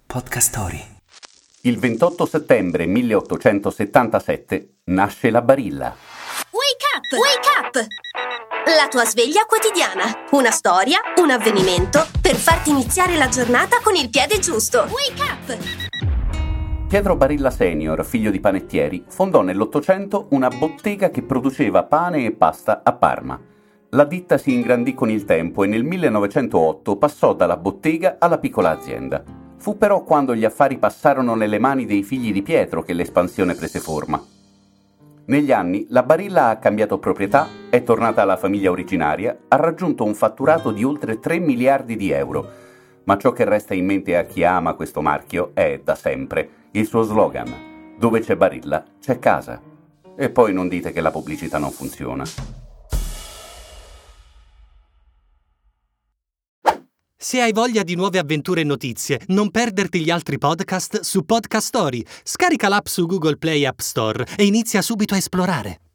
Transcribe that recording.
Podcast Story. Il 28 settembre 1877 nasce la Barilla. Wake up! Wake up! La tua sveglia quotidiana. Una storia, un avvenimento per farti iniziare la giornata con il piede giusto. Wake up! Pietro Barilla Senior, figlio di panettieri, fondò nell'Ottocento una bottega che produceva pane e pasta a Parma. La ditta si ingrandì con il tempo e nel 1908 passò dalla bottega alla piccola azienda. Fu però quando gli affari passarono nelle mani dei figli di Pietro che l'espansione prese forma. Negli anni la Barilla ha cambiato proprietà, è tornata alla famiglia originaria, ha raggiunto un fatturato di oltre 3 miliardi di euro. Ma ciò che resta in mente a chi ama questo marchio è, da sempre, il suo slogan: dove c'è Barilla, c'è casa. E poi non dite che la pubblicità non funziona. Se hai voglia di nuove avventure e notizie, non perderti gli altri podcast su Podcast Story. Scarica l'app su Google Play App Store e inizia subito a esplorare.